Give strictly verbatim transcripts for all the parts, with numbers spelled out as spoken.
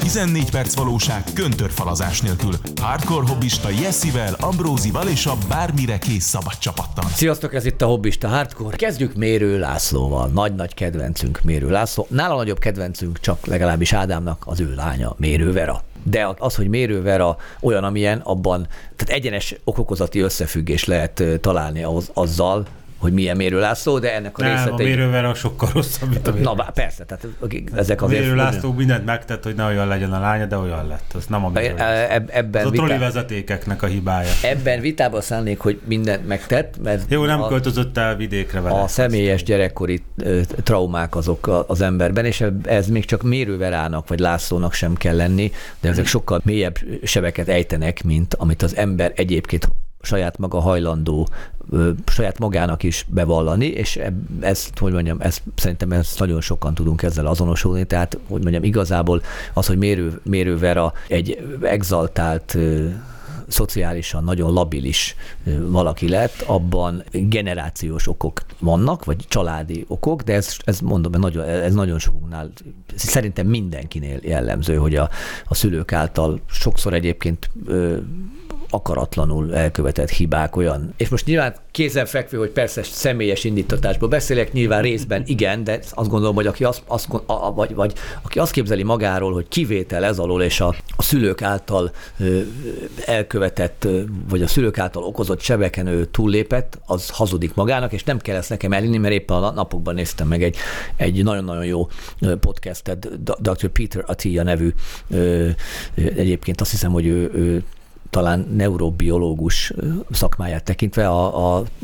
tizennégy perc valóság köntörfalazás nélkül. Hardcore hobbista Jessivel, Ambrózival és a bármire kész szabad csapattal. Sziasztok, ez itt a Hobbista Hardcore. Kezdjük Mérő Lászlóval. Nagy-nagy kedvencünk Mérő László. Nála nagyobb kedvencünk csak legalábbis Ádámnak az ő lánya, Mérő Vera. De az, hogy Mérő Vera olyan, amilyen, abban tehát egyenes okokozati összefüggés lehet találni az, azzal, hogy milyen Mérő László, de ennek a nem, részletei... a Mérő Vera sokkal rosszabb, mint a Mérő. Na, persze, tehát ezek a azért... Mérő László mindent megtett, hogy ne olyan legyen a lánya, de olyan lett. Az nem a Mérő Eb- ebben az vita... a troli vezetékeknek a hibája. Ebben vitába szállnék, hogy mindent megtett, mert... Jó, nem a, költözött el vidékre vele. A személyes gyerekkori traumák azok az emberben, és ez még csak Mérő Verának vagy Lászlónak sem kell lenni, de ezek sokkal mélyebb sebeket ejtenek, mint amit az ember egyébként saját maga hajlandó, saját magának is bevallani, és ezt, hogy mondjam, ezt, szerintem ezt nagyon sokan tudunk ezzel azonosulni, tehát, hogy mondjam, igazából az, hogy Mérő, Mérő Vera egy exaltált, szociálisan nagyon labilis valaki lett, abban generációs okok vannak, vagy családi okok, de ez, ez mondom, nagyon, ez nagyon sokunknál, szerintem mindenkinél jellemző, hogy a, a szülők által sokszor egyébként ö, akaratlanul elkövetett hibák olyan. És most nyilván kézenfekvő, hogy persze személyes indítatásból beszélek, nyilván részben igen, de azt gondolom, hogy aki azt, azt, a, vagy, vagy, aki azt képzeli magáról, hogy kivétel ez alól, és a, a szülők által ö, elkövetett, ö, vagy a szülők által okozott sebeken ő túllépett, az hazudik magának, és nem kell ezt nekem elhinni, mert éppen a napokban néztem meg egy, egy nagyon-nagyon jó podcastet, doktor Peter Attia nevű, ö, egyébként azt hiszem, hogy ő, ő talán neurobiológus szakmáját tekintve a, a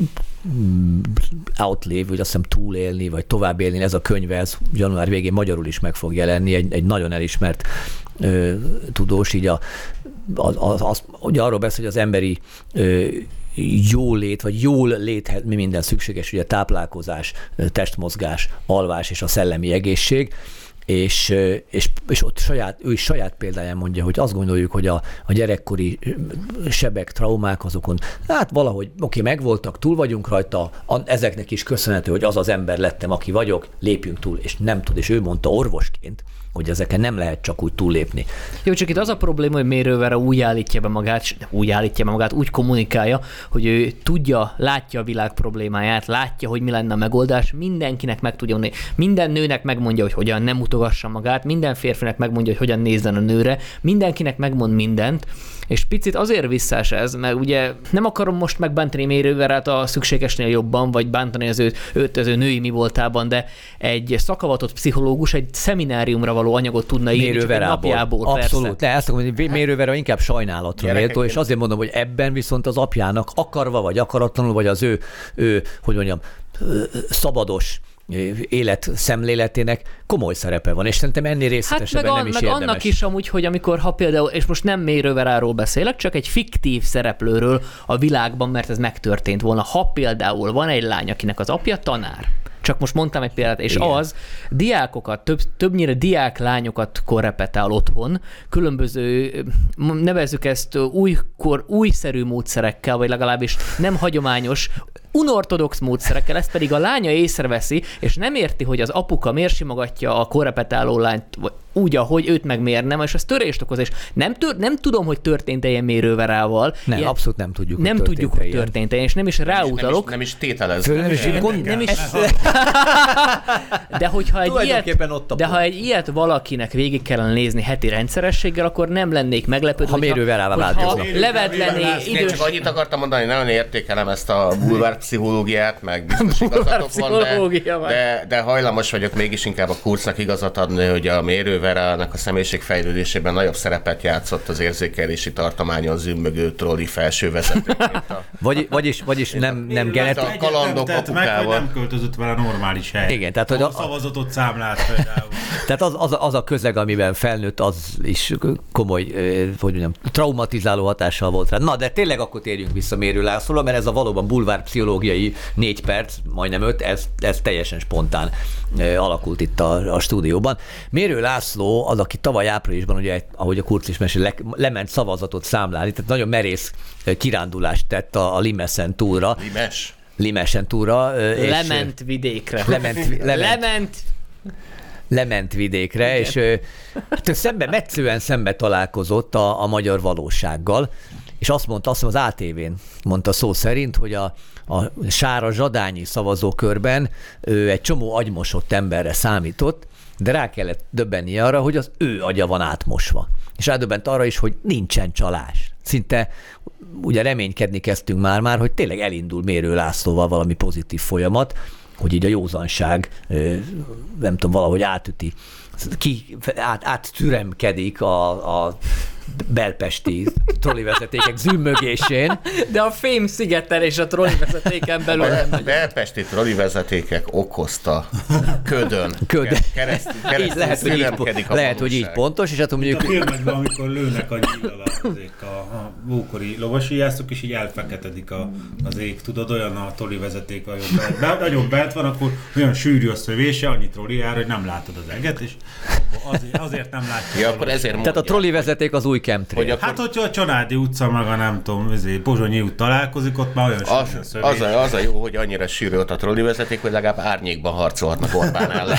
outlive, vagy azt hiszem túlélni, vagy tovább élni, ez a könyve, ez január végén magyarul is meg fog jelenni, egy, egy nagyon elismert ö, tudós, így a, az, az, az, ugye arról beszél, hogy az emberi ö, jólét, vagy jól léthez mi minden szükséges, ugye táplálkozás, testmozgás, alvás és a szellemi egészség, És, és, és ott saját, ő is saját példáján mondja, hogy azt gondoljuk, hogy a, a gyerekkori sebek, traumák azokon, hát valahogy oké, megvoltak, túl vagyunk rajta, ezeknek is köszönhető, hogy az az ember lettem, aki vagyok, lépjünk túl, és nem tud, és ő mondta orvosként, hogy ezeken nem lehet csak úgy túllépni. Jó, csak itt az a probléma, hogy Mérő Vera úgy állítja be magát, úgy állítja be magát, úgy kommunikálja, hogy ő tudja, látja a világ problémáját, látja, hogy mi lenne a megoldás, mindenkinek meg tudja mondani, minden nőnek megmondja, hogy hogyan nem utogassa magát, minden férfinek megmondja, hogy hogyan nézzen a nőre, mindenkinek megmond mindent, és picit azért visszás ez, mert ugye nem akarom most megbántani Mérő Verát a szükségesnél jobban, vagy bántani az őt, őt az ő női mi voltában, de egy szakavatott pszichológus egy szemináriumra való anyagot tudna írni, Mérő Verából. Napjából. Abszolút. De ezt akarom, hogy Mérő Vera inkább sajnálatra méltó, és azért mondom, hogy ebben viszont az apjának akarva, vagy akaratlanul, vagy az ő, ő hogy mondjam, szabados élet szemléletének komoly szerepe van, és szerintem ennél részletesebben hát nem is meg érdemes. Annak is amúgy, hogy amikor, ha például, és most nem Mérő Veráról beszélek, csak egy fiktív szereplőről a világban, mert ez megtörtént volna. Ha például van egy lány, akinek az apja tanár, csak most mondtam egy példát, és igen, az diákokat, több, többnyire diáklányokat korrepetál otthon, különböző, nevezzük ezt újkor, újszerű módszerekkel, vagy legalábbis nem hagyományos, unortodox módszerekkel, ezt pedig a lánya észreveszi, és nem érti, hogy az apuka miért simogatja a korrepetáló lányt úgy, ahogy őt meg miért nem, és ez törést okoz, és nem, tör, nem tudom, hogy történt-e ilyen Mérő Verával. Nem, ilyen, abszolút nem tudjuk, Nem hogy tudjuk, hogy történt-e, és nem is ráutalok. Nem is, nem is tételezem. Nem is, nem is, nem is, de hogyha egy ilyet, de ha egy ilyet valakinek végig kellene nézni heti rendszerességgel, akkor nem lennék meglepődve, ha Mérő Verával változna. Levetlené idős... Én csak annyit akartam mondani, nagyon értékelem ezt a bulvárpszichológiát, meg biztos igazatok van, de, de, de hajlamos vagyok mégis inkább a Kurznak igazat adni, hogy a Mérő Verának a személyiségfejlődésében nagyobb szerepet játszott az érzékelési tartományon zümmögő trolli felső vezető. A... Vagy, vagyis, vagyis nem, nem genetik. A kalandok apukával. Nem költözött vele normális helyre. Igen, tehát hogy a szavazatot számlált például. Tehát az, az, az a közeg, amiben felnőtt, az is komoly, hogy mondjam, traumatizáló hatással volt rá. Na, de tényleg akkor térjünk vissza Mérő Lászlóra, mert ez a valóban bulvár pszichológiai négy perc, majdnem öt, ez, ez teljesen spontán alakult itt a, a stúdióban. Mérő László az, aki tavaly áprilisban, ugye, ahogy a Kurz is mesél, le, lement szavazatot számlálni, tehát nagyon merész kirándulást tett a, a Limesen túlra. Limes? Limesen túlra. Lement vidékre. Lement, lement. lement. lement vidékre, igen. és hát szembe, metszően szembe találkozott a, a magyar valósággal, és azt mondta, azt mondta az á té vén, mondta szó szerint, hogy a, a Sára Zsadányi szavazókörben ő egy csomó agymosott emberre számított, de rá kellett döbbennie arra, hogy az ő agya van átmosva. És rádöbbent arra is, hogy nincsen csalás. Szinte ugye reménykedni kezdtünk már-már, hogy tényleg elindul Mérő Lászlóval valami pozitív folyamat, hogy így a józanság, nem tudom, valahogy átüti, ki, át, áttüremkedik a, a belpesti trollivezetékek zümmögésén. De a fém szigeten és a trollivezetéken belül a nem. belpesti trollivezeték okozta ködön. Köd. Keresztül, keresztül lehet, hogy így, a lehet, hogy így pontos, és hát mondjuk... A filmekben, amikor lőnek a nyíl alá a, a ókori lovasíjászok, és így elfeketedik a, az ég, tudod, olyan a trollivezeték, a jobb belt, nagyobb belt van, akkor olyan sűrű a szövése, annyi trolli jár, hogy nem látod az eget, és azért, azért nem látja. Ja, akkor ezért Tehát a trollivezeték az új chemtrail. Hogy akkor... Hát, hogyha a Csanádi utca, meg a nem tudom, Pozsonyi út találkozik, ott már olyan az, sűrű a szövés. Az a, az a jó, hogy annyira sűrű ott a trollivezeték, hogy legalább árnyékban harcolhatnak Orbán ellen.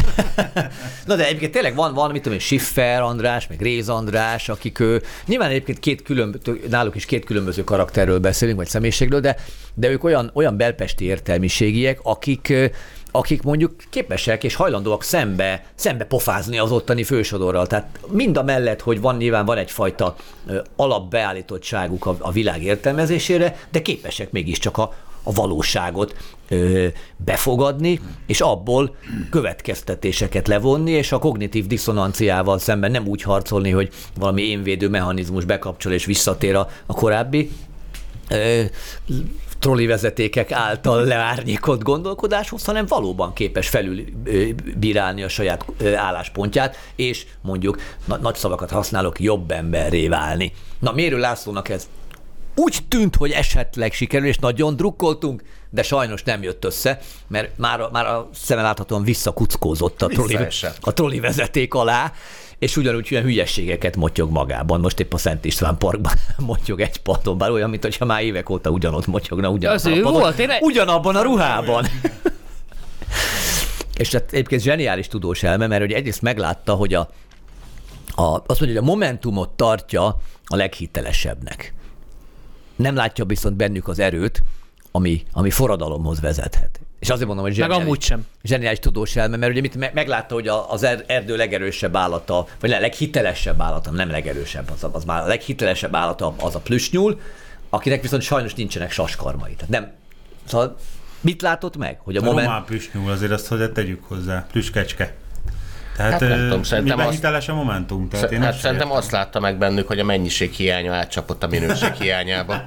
Na de egyébként tényleg van, van mit tudom én, Schiffer András, meg Réz András, akik ő, nyilván egyébként két különböző, náluk is két különböző karakterről beszélünk, vagy személyiségről, de, de ők olyan, olyan belpesti értelmiségiek, akik akik mondjuk képesek és hajlandóak szembe, szembe pofázni az ottani fősodorral. Tehát mind a mellett, hogy van nyilván van egyfajta ö, alapbeállítottságuk a, a világ értelmezésére, de képesek mégiscsak a, a valóságot ö, befogadni, és abból következtetéseket levonni, és a kognitív diszonanciával szemben nem úgy harcolni, hogy valami énvédő mechanizmus bekapcsol és visszatér a, a korábbi ö, trollivezetékek által leárnyékolt gondolkodáshoz, hanem valóban képes felülbírálni a saját álláspontját, és mondjuk nagy szavakat használok, jobb emberré válni. Na, Mérő Lászlónak ez úgy tűnt, hogy esetleg sikerül, és nagyon drukkoltunk, de sajnos nem jött össze, mert már, már a szeme láthatóan visszakuckózott a trolli, a trolli vezeték alá, és ugyanúgy olyan hülyességeket motyog magában. Most épp a Szent István Parkban motyog egy padon, bár olyan, mintha már évek óta ugyanott motyogna, ugyanabban a, padon, volt, ugyanabban a ruhában. És hát egyébként zseniális tudós elme, mert ugye egyrészt meglátta, hogy a, a, azt mondja, hogy a Momentumot tartja a leghitelesebbnek. Nem látja viszont bennük az erőt, ami, ami forradalomhoz vezethet. És azért mondom, hogy zseniális, amúgy sem. zseniális tudós elme, mert ugye mit meglátta, hogy az erdő legerősebb állata, vagy a leghitelesebb állata, nem legerősebb, az, az már a leghitelesebb állata az a plüssnyúl, akinek viszont sajnos nincsenek saskarmai. Tehát nem, szóval mit látott meg? Hogy a, a moment... román plüssnyúl, azért azt hozzá tegyük hozzá, plüskecske. Tehát hát nem tudom, szerintem miben azt... hiteles a Momentum? Tehát Sz- én hát szerintem értem. Azt látta meg bennük, hogy a mennyiség hiánya átcsapott a minőség hiányába.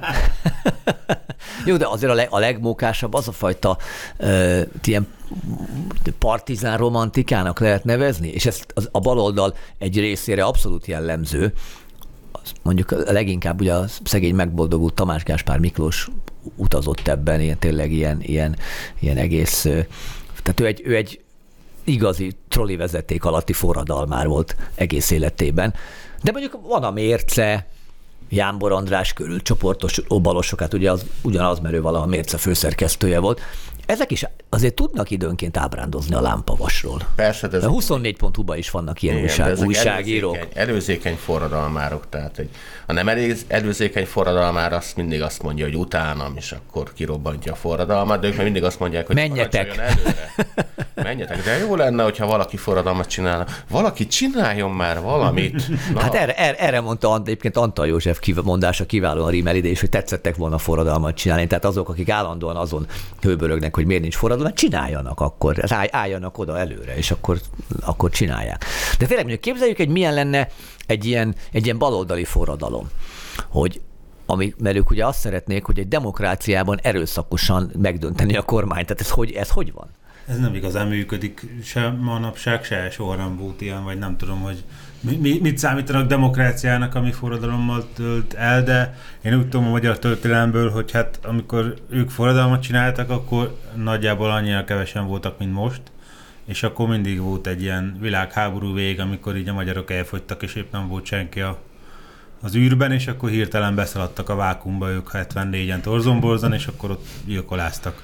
Jó, de azért a, leg, a legmókásabb az a fajta uh, ilyen partizán romantikának lehet nevezni, és ez az, a baloldal egy részére abszolút jellemző. Az, mondjuk a leginkább ugye a szegény megboldogult Tamás Gáspár Miklós utazott ebben, ilyen, tényleg ilyen, ilyen, ilyen egész... Uh, tehát ő egy, ő egy igazi trollivezeték alatti forradalmár volt egész életében. De mondjuk van a Mérce, Jámbor András körül csoportos balosok, hát ugye az, ugyanaz, mert ő valaha a Mérce főszerkesztője volt. Ezek is azért tudnak időnként ábrándozni a lámpavasról. Persze, de a huszonnégy pont hu-ban is vannak ilyen igen, újság, újságírók. Előzékeny, előzékeny forradalmárok, tehát egy, a nem előzékeny forradalmár azt mindig azt mondja, hogy utánam, és akkor kirobbantja a forradalmat, de ők mindig azt mondják, hogy menjetek előre. Menjetek, de jó lenne, hogyha valaki forradalmat csinálna. Valaki csináljon már valamit. Na. Hát erre, erre, erre mondta egyébként Antal József mondása kiválóan rímel ide, és hogy tetszettek volna forradalmat csinálni. Tehát azok, akik állandóan azon hőbörögnek, hogy miért nincs forradalom, csináljanak akkor, álljanak oda előre, és akkor, akkor csinálják. De tényleg mondjuk képzeljük, hogy milyen lenne egy ilyen, egy ilyen baloldali forradalom, hogy ami, mert ők ugye azt szeretnék, hogy egy demokráciában erőszakosan megdönteni a kormányt. Tehát ez hogy, ez hogy van? Ez nem igazán működik, se manapság, se soha nem volt ilyen, vagy nem tudom, hogy mi, mit számítanak demokráciának, ami forradalommal tölt el, de én úgy tudom a magyar történelemből, hogy hát amikor ők forradalmat csináltak, akkor nagyjából annyira kevesen voltak, mint most, és akkor mindig volt egy ilyen világháború vég, amikor így a magyarok elfogytak, és épp nem volt senki a, az űrben, és akkor hirtelen beszaladtak a vákumba ők hetvennégyen torzomborzan, és akkor ott gyilkoláztak.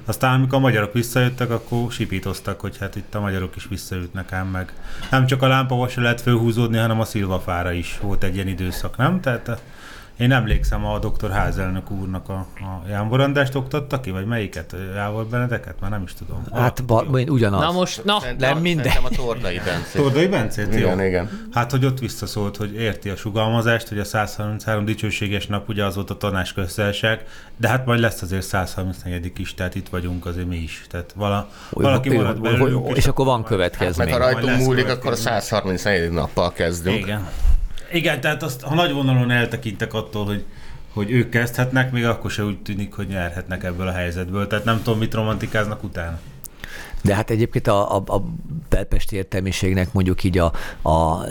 Aztán amikor a magyarok visszajöttek, akkor sipítoztak, hogy hát itt a magyarok is visszajutnak ám meg. Nem csak a lámpavasra lehet fölhúzódni, hanem a szilvafára is volt egy ilyen időszak, nem? Tehát én emlékszem a doktor Házelnök úrnak a, a Jámborandást oktatta ki, vagy melyiket? Jávor Benedeket? Már nem is tudom. Hát ba, ugyanaz. Na most, na, nem minden. a Tordai Bencét. Tordai Bencét? Igen, jó. igen. Hát, hogy ott visszaszólt, hogy érti a sugalmazást, hogy a száz harminchárom dicsőséges nap, ugye az volt a tanácsköztársaság, de hát majd lesz azért száz harmincnegyedik is, tehát itt vagyunk azért mi is. Tehát vala, valaki marad belőlünk. És, és akkor van következmény. Hát, meg ha rajtunk múlik, akkor a száz harmincnegyedik nappal kezdünk. Igen. Igen, tehát azt, ha nagy vonalon eltekintek attól, hogy, hogy ők kezdhetnek, még akkor se úgy tűnik, hogy nyerhetnek ebből a helyzetből. Tehát nem tudom, mit romantikáznak utána. De hát egyébként a, a, a belpesti értelmiségnek mondjuk így a, a, a,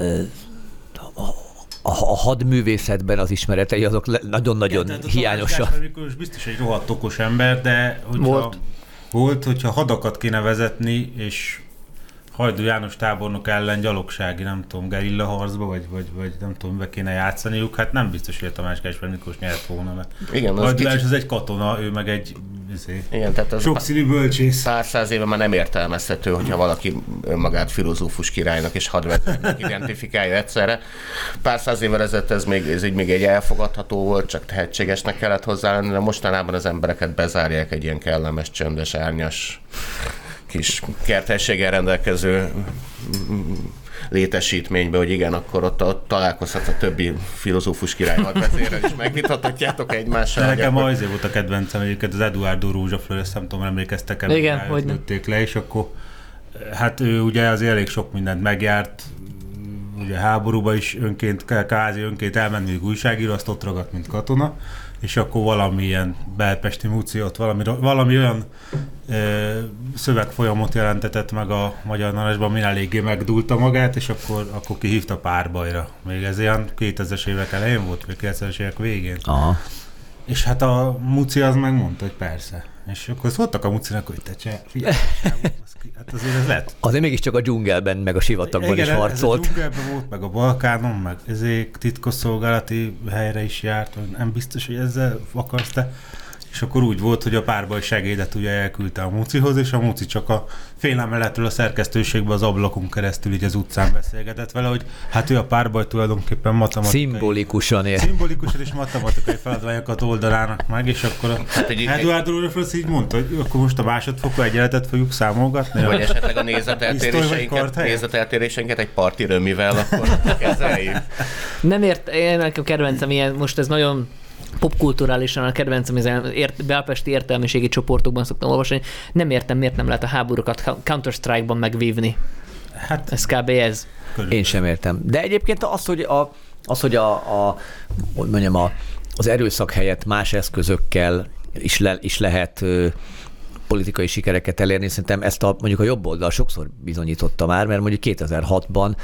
a hadművészetben az ismeretei azok nagyon-nagyon ja, hiányosak. Miklós biztos egy rohadt okos ember, de hogyha, volt. volt, hogyha hadakat kéne vezetni, és Hajdú János tábornok ellen gyalogsági, nem tudom, gerilla harcba, vagy, vagy, vagy nem tudom, be kéne játszaniuk, hát nem biztos, hogy a Tamás Gáspár Miklós nyert volna, mert igen, az Hajdú János kicsit... az egy katona, ő meg egy izé, igen, tehát az sokszínű bölcsész. Pár száz éve már nem értelmezhető, hogyha valaki önmagát filozófus királynak és hadvezérnek identifikálja egyszerre. Pár száz évvel ezelőtt ez még, ez így még egy elfogadható volt, csak tehetségesnek kellett hozzá lenni, de mostanában az embereket bezárják egy ilyen kellemes, csöndes, árnyas kis kerthességgel rendelkező létesítménybe, hogy igen, akkor ott, ott találkozhat a többi filozófus király hadvezérrel, és megvitathatjátok egymással. Nekem akkor... azért volt a kedvencem egyébként az Eduardo Rózsaflőr, ezt nem tudom, emlékeztek el, igen, hogy lőtték le, és akkor hát ő ugye azért elég sok mindent megjárt, ugye háborúba is önként, kázi önként elmenni, még újságíró, azt ott ragadt, mint katona, és akkor valamilyen belpesti múciót, valami, valami olyan ö, szövegfolyamot jelentetett meg a Magyar Narancsban, min eléggé megdúlta magát, és akkor, akkor kihívta párbajra. Még ez ilyen kétezres évek elején volt, vagy kilencvenes évek végén. Aha. És hát a Muci az megmondta, hogy persze. És akkor szóltak a Mucinak, hogy te cseh, figyelj, hát azért ez lett. Azért mégiscsak a dzsungelben, meg a sivatagban igen, is harcolt. Ez a dzsungelben volt, meg a Balkánon, meg ezért titkosszolgálati helyre is járt, nem biztos, hogy ezzel akarsz te. És akkor úgy volt, hogy a párbaj segédet ugye elküldte a Mucihoz, és a Muci csak a félemeletről a szerkesztőségbe az ablakon keresztül így az utcán beszélgetett vele, hogy hát ő a párbaj tulajdonképpen matematikai... Szimbolikusan ér. Szimbolikusan és matematikai feladványokat oldalának meg, és akkor a hát egy, Eduardo Rózsaflőr így mondta, hogy akkor most a másodfokú egyenletet fogjuk számolgatni. Vagy esetleg a nézeteltéréseinket, nézeteltéréseinket egy parti römivel akkor kezeljük. Nem ért, én nekem kedvencem ilyen, most ez nagyon popkulturálisan a kedvencem, az ért, belpesti értelmiségi csoportokban szoktam olvasni, nem értem, miért nem lehet a háborúkat Counter-Strike-ban megvívni. Hát ez kb. Ez. Körülbelül. Én sem értem. De egyébként az, hogy, a, az, hogy a, a, hogy mondjam, a, az erőszak helyett más eszközökkel is, le, is lehet ö, politikai sikereket elérni, szerintem ezt a, mondjuk a jobb oldal sokszor bizonyította már, mert mondjuk kétezer-hatban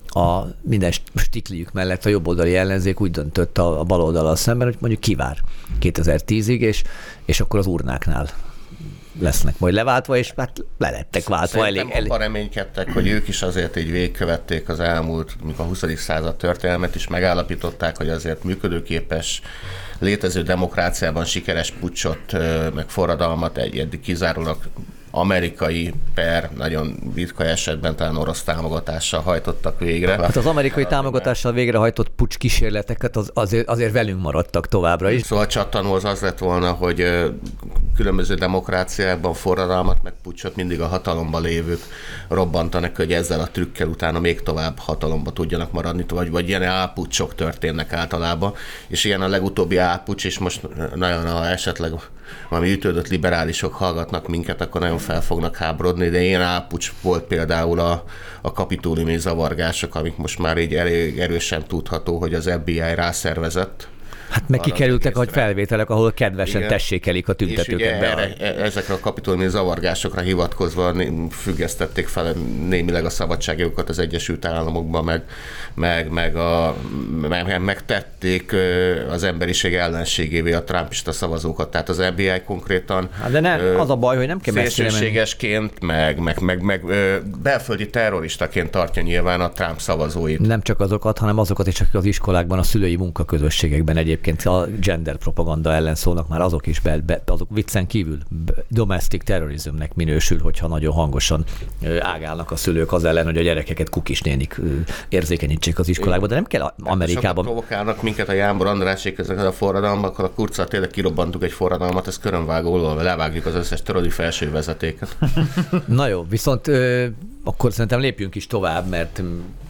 a minden stikliük mellett a jobboldali ellenzék úgy döntött a, a baloldallal szemben, hogy mondjuk kivár kétezer-tízig, és, és akkor az urnáknál lesznek majd leváltva, és hát le lettek váltva. Szerintem elég, elég. reménykedtek, hogy ők is azért így végigkövették az elmúlt, mikor a huszadik század történelmet, és megállapították, hogy azért működőképes, létező demokráciában sikeres puccsot, meg forradalmat egy eddig kizárólag amerikai per nagyon ritka esetben talán orosz támogatással hajtottak végre. Hát az amerikai támogatással végrehajtott puccs kísérleteket az, azért, azért velünk maradtak továbbra is. Szóval a csattanó az az lett volna, hogy különböző demokráciákban forradalmat meg puccsot mindig a hatalomban lévők robbantanak, hogy ezzel a trükkel utána még tovább hatalomba tudjanak maradni, vagy, vagy ilyen álpuccsok történnek általában, és ilyen a legutóbbi álpuccs, és most nagyon, ha esetleg valami ütődött liberálisok hallgatnak minket, akkor nagyon fel fognak háborodni, de ilyen álpuccs volt például a, a kapitóliumi zavargások, amik most már így elég erősen tudható, hogy az ef bé i rászervezett. Hát meg kikerültek a felvételek, ahol kedvesen igen. tessékelik a tüntetőket be. Erre, ezekre a kapitóliumi zavargásokra hivatkozva függesztették fel némileg a szabadságjogokat az Egyesült Államokban, meg, meg, meg, a, meg megtették az emberiség ellenségévé a trumpista szavazókat. Tehát az ef bé i konkrétan hát de ne, az a baj, hogy nem kell szélsőségesként, meg, meg, meg, meg belföldi terroristaként tartja nyilván a Trump szavazóit. Nem csak azokat, hanem azokat is, akik az iskolákban, a szülői munkaközösségekben egyébként egyébként a gender propaganda ellen szólnak, már azok is be, be, azok viccen kívül domestic terrorismnek minősül, hogyha nagyon hangosan ágálnak a szülők az ellen, hogy a gyerekeket kukisnénik érzékenyítsék az iskolákba, de nem kell Amerikában. Sokat provokálnak minket a Jámbor Andrásék ezeket a forradalmak, akkor a kurccal tényleg kirobbantuk egy forradalmat, ez körönvágó, levágjuk az összes törödi felső vezetéket. Na jó, viszont ö, akkor szerintem lépjünk is tovább, mert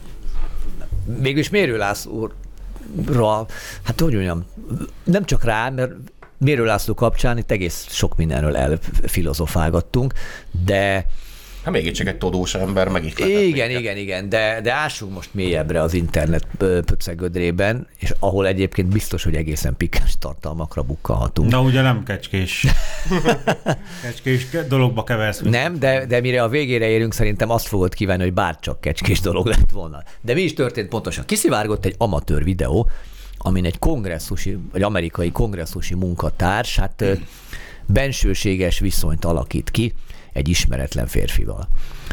mégis Mérő Lászlóra, hát hogy mondjam, nem csak rá, mert Mérő László kapcsán itt egész sok mindenről elfilozofálgattunk, de hát mégis csak egy tudós ember megihletett. Igen, minket. igen, igen, de, de ássunk most mélyebbre az internet pöccegödrében, és ahol egyébként biztos, hogy egészen pikáns tartalmakra bukkanhatunk. Na ugye nem kecskés. Kecskés dologba keversz. Nem, de, de mire a végére érünk, szerintem azt fogod kívánni, hogy bárcsak kecskés dolog lett volna. De mi is történt pontosan? Kiszivárgott egy amatőr videó, amin egy kongresszusi, vagy amerikai kongresszusi munkatárs, hát bensőséges viszonyt alakít ki egy ismeretlen férfival.